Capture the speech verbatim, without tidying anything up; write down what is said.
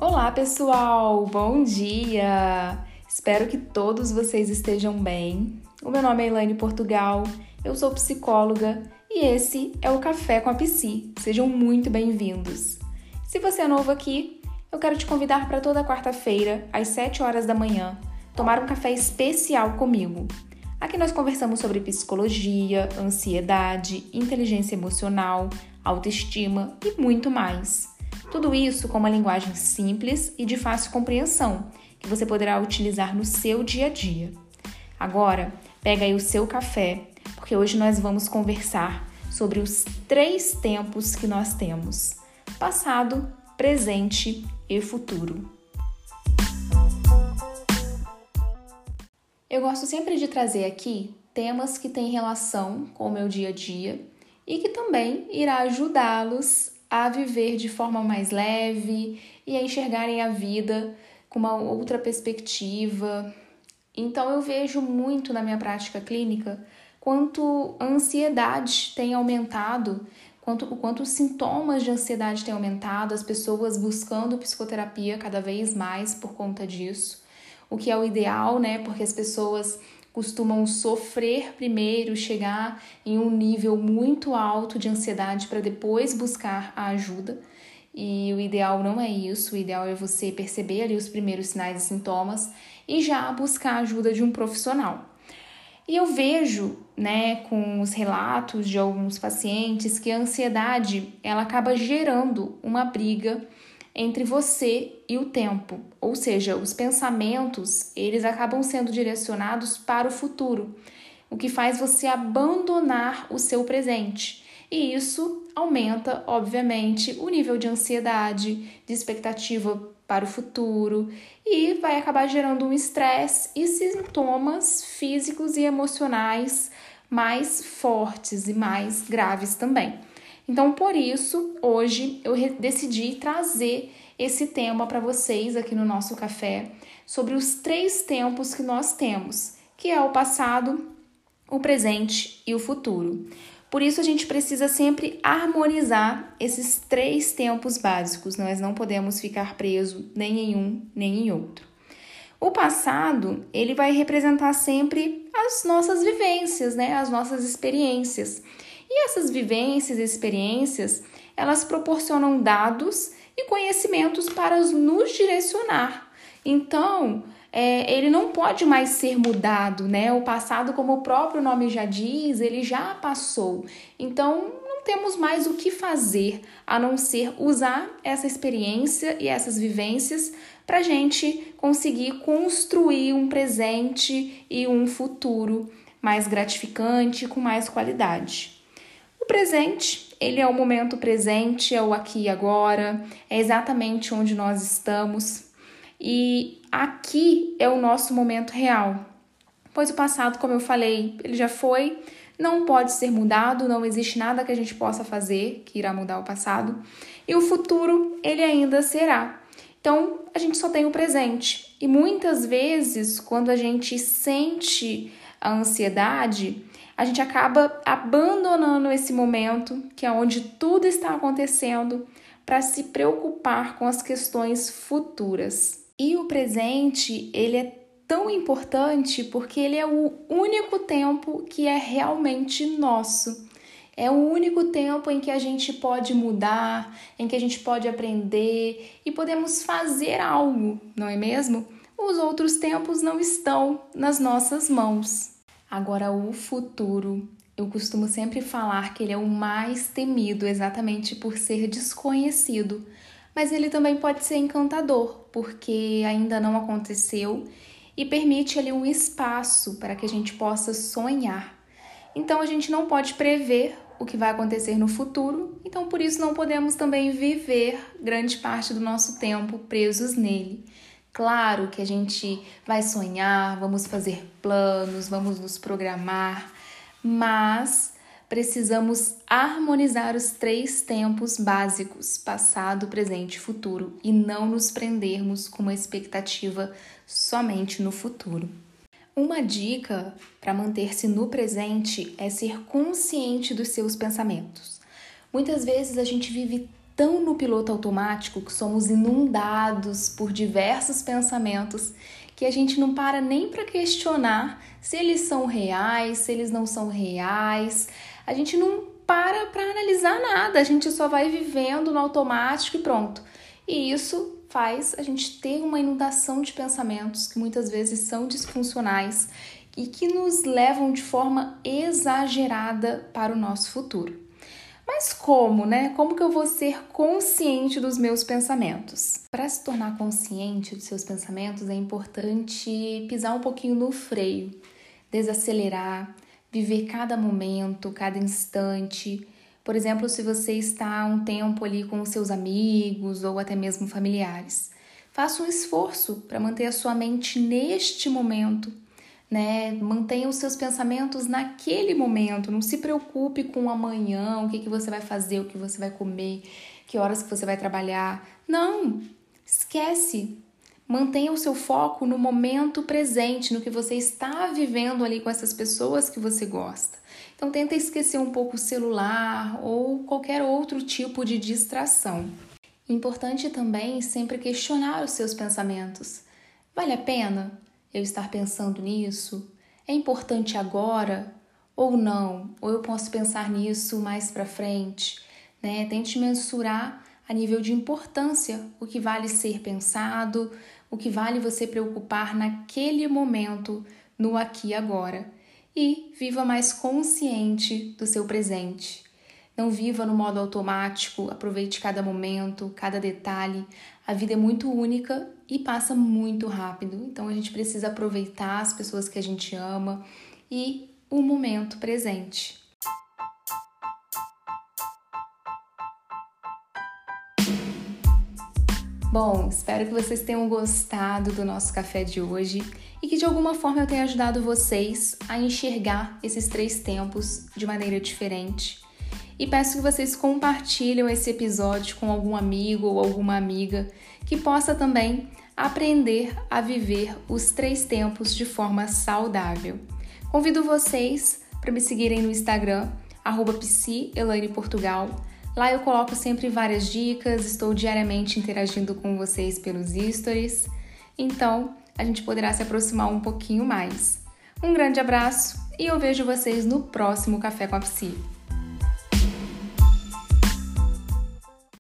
Olá, pessoal! Bom dia! Espero que todos vocês estejam bem. O meu nome é Elaine Portugal, eu sou psicóloga e esse é o Café com a Psi. Sejam muito bem-vindos. Se você é novo aqui, eu quero te convidar para toda quarta-feira, às sete horas da manhã, tomar um café especial comigo. Aqui nós conversamos sobre psicologia, ansiedade, inteligência emocional, autoestima e muito mais. Tudo isso com uma linguagem simples e de fácil compreensão, que você poderá utilizar no seu dia a dia. Agora, pega aí o seu café, porque hoje nós vamos conversar sobre os três tempos que nós temos: passado, presente e futuro. Eu gosto sempre de trazer aqui temas que têm relação com o meu dia a dia e que também irá ajudá-los a viver de forma mais leve e a enxergarem a vida com uma outra perspectiva. Então eu vejo muito na minha prática clínica quanto a ansiedade tem aumentado, quanto, o quanto os sintomas de ansiedade têm aumentado, as pessoas buscando psicoterapia cada vez mais por conta disso, o que é o ideal, né? Porque as pessoas costumam sofrer primeiro, chegar em um nível muito alto de ansiedade para depois buscar a ajuda. E o ideal não é isso, o ideal é você perceber ali os primeiros sinais e sintomas e já buscar a ajuda de um profissional. E eu vejo, né, com os relatos de alguns pacientes que a ansiedade, ela acaba gerando uma briga entre você e o tempo, ou seja, os pensamentos, eles acabam sendo direcionados para o futuro, o que faz você abandonar o seu presente. E isso aumenta, obviamente, o nível de ansiedade, de expectativa para o futuro e vai acabar gerando um estresse e sintomas físicos e emocionais mais fortes e mais graves também. Então, por isso, hoje eu decidi trazer esse tema para vocês aqui no nosso café, sobre os três tempos que nós temos, que é o passado, o presente e o futuro. Por isso, a gente precisa sempre harmonizar esses três tempos básicos, nós não podemos ficar presos nem em um, nem em outro. O passado, ele vai representar sempre as nossas vivências, né? As nossas experiências. E essas vivências e experiências, elas proporcionam dados e conhecimentos para nos direcionar. Então, é, ele não pode mais ser mudado, né? O passado, como o próprio nome já diz, ele já passou. Então, não temos mais o que fazer a não ser usar essa experiência e essas vivências para a gente conseguir construir um presente e um futuro mais gratificante, com mais qualidade. O presente, ele é o momento presente, é o aqui e agora, é exatamente onde nós estamos. E aqui é o nosso momento real. Pois o passado, como eu falei, ele já foi, não pode ser mudado, não existe nada que a gente possa fazer que irá mudar o passado. E o futuro, ele ainda será. Então, a gente só tem o presente. E muitas vezes, quando a gente sente a ansiedade, a gente acaba abandonando esse momento, que é onde tudo está acontecendo, para se preocupar com as questões futuras. E o presente, ele é tão importante porque ele é o único tempo que é realmente nosso. É o único tempo em que a gente pode mudar, em que a gente pode aprender e podemos fazer algo, não é mesmo? Os outros tempos não estão nas nossas mãos. Agora, o futuro, eu costumo sempre falar que ele é o mais temido exatamente por ser desconhecido, mas ele também pode ser encantador, porque ainda não aconteceu e permite ali um espaço para que a gente possa sonhar. Então, a gente não pode prever o que vai acontecer no futuro, então por isso não podemos também viver grande parte do nosso tempo presos nele. Claro que a gente vai sonhar, vamos fazer planos, vamos nos programar, mas precisamos harmonizar os três tempos básicos, passado, presente e futuro, e não nos prendermos com uma expectativa somente no futuro. Uma dica para manter-se no presente é ser consciente dos seus pensamentos. Muitas vezes a gente vive tão no piloto automático, que somos inundados por diversos pensamentos, que a gente não para nem para questionar se eles são reais, se eles não são reais. A gente não para para analisar nada, a gente só vai vivendo no automático e pronto. E isso faz a gente ter uma inundação de pensamentos que muitas vezes são disfuncionais e que nos levam de forma exagerada para o nosso futuro. Mas como, né? Como que eu vou ser consciente dos meus pensamentos? Para se tornar consciente dos seus pensamentos, é importante pisar um pouquinho no freio, desacelerar, viver cada momento, cada instante. Por exemplo, se você está um tempo ali com os seus amigos ou até mesmo familiares, faça um esforço para manter a sua mente neste momento, né? Mantenha os seus pensamentos naquele momento, não se preocupe com o amanhã, o que, que você vai fazer, o que você vai comer, que horas que você vai trabalhar. Não, esquece. Mantenha o seu foco no momento presente, no que você está vivendo ali com essas pessoas que você gosta. Então tenta esquecer um pouco o celular ou qualquer outro tipo de distração. Importante também sempre questionar os seus pensamentos. Vale a pena eu estar pensando nisso? É importante agora ou não? Ou eu posso pensar nisso mais para frente? Né? Tente mensurar a nível de importância o que vale ser pensado, o que vale você preocupar naquele momento, no aqui e agora. E viva mais consciente do seu presente. Não viva no modo automático, aproveite cada momento, cada detalhe. A vida é muito única e passa muito rápido, então a gente precisa aproveitar as pessoas que a gente ama e o momento presente. Bom, espero que vocês tenham gostado do nosso café de hoje e que de alguma forma eu tenha ajudado vocês a enxergar esses três tempos de maneira diferente. E peço que vocês compartilhem esse episódio com algum amigo ou alguma amiga que possa também aprender a viver os três tempos de forma saudável. Convido vocês para me seguirem no Instagram, arroba psielaineportugal. Lá eu coloco sempre várias dicas, estou diariamente interagindo com vocês pelos stories. Então, a gente poderá se aproximar um pouquinho mais. Um grande abraço e eu vejo vocês no próximo Café com a Psi.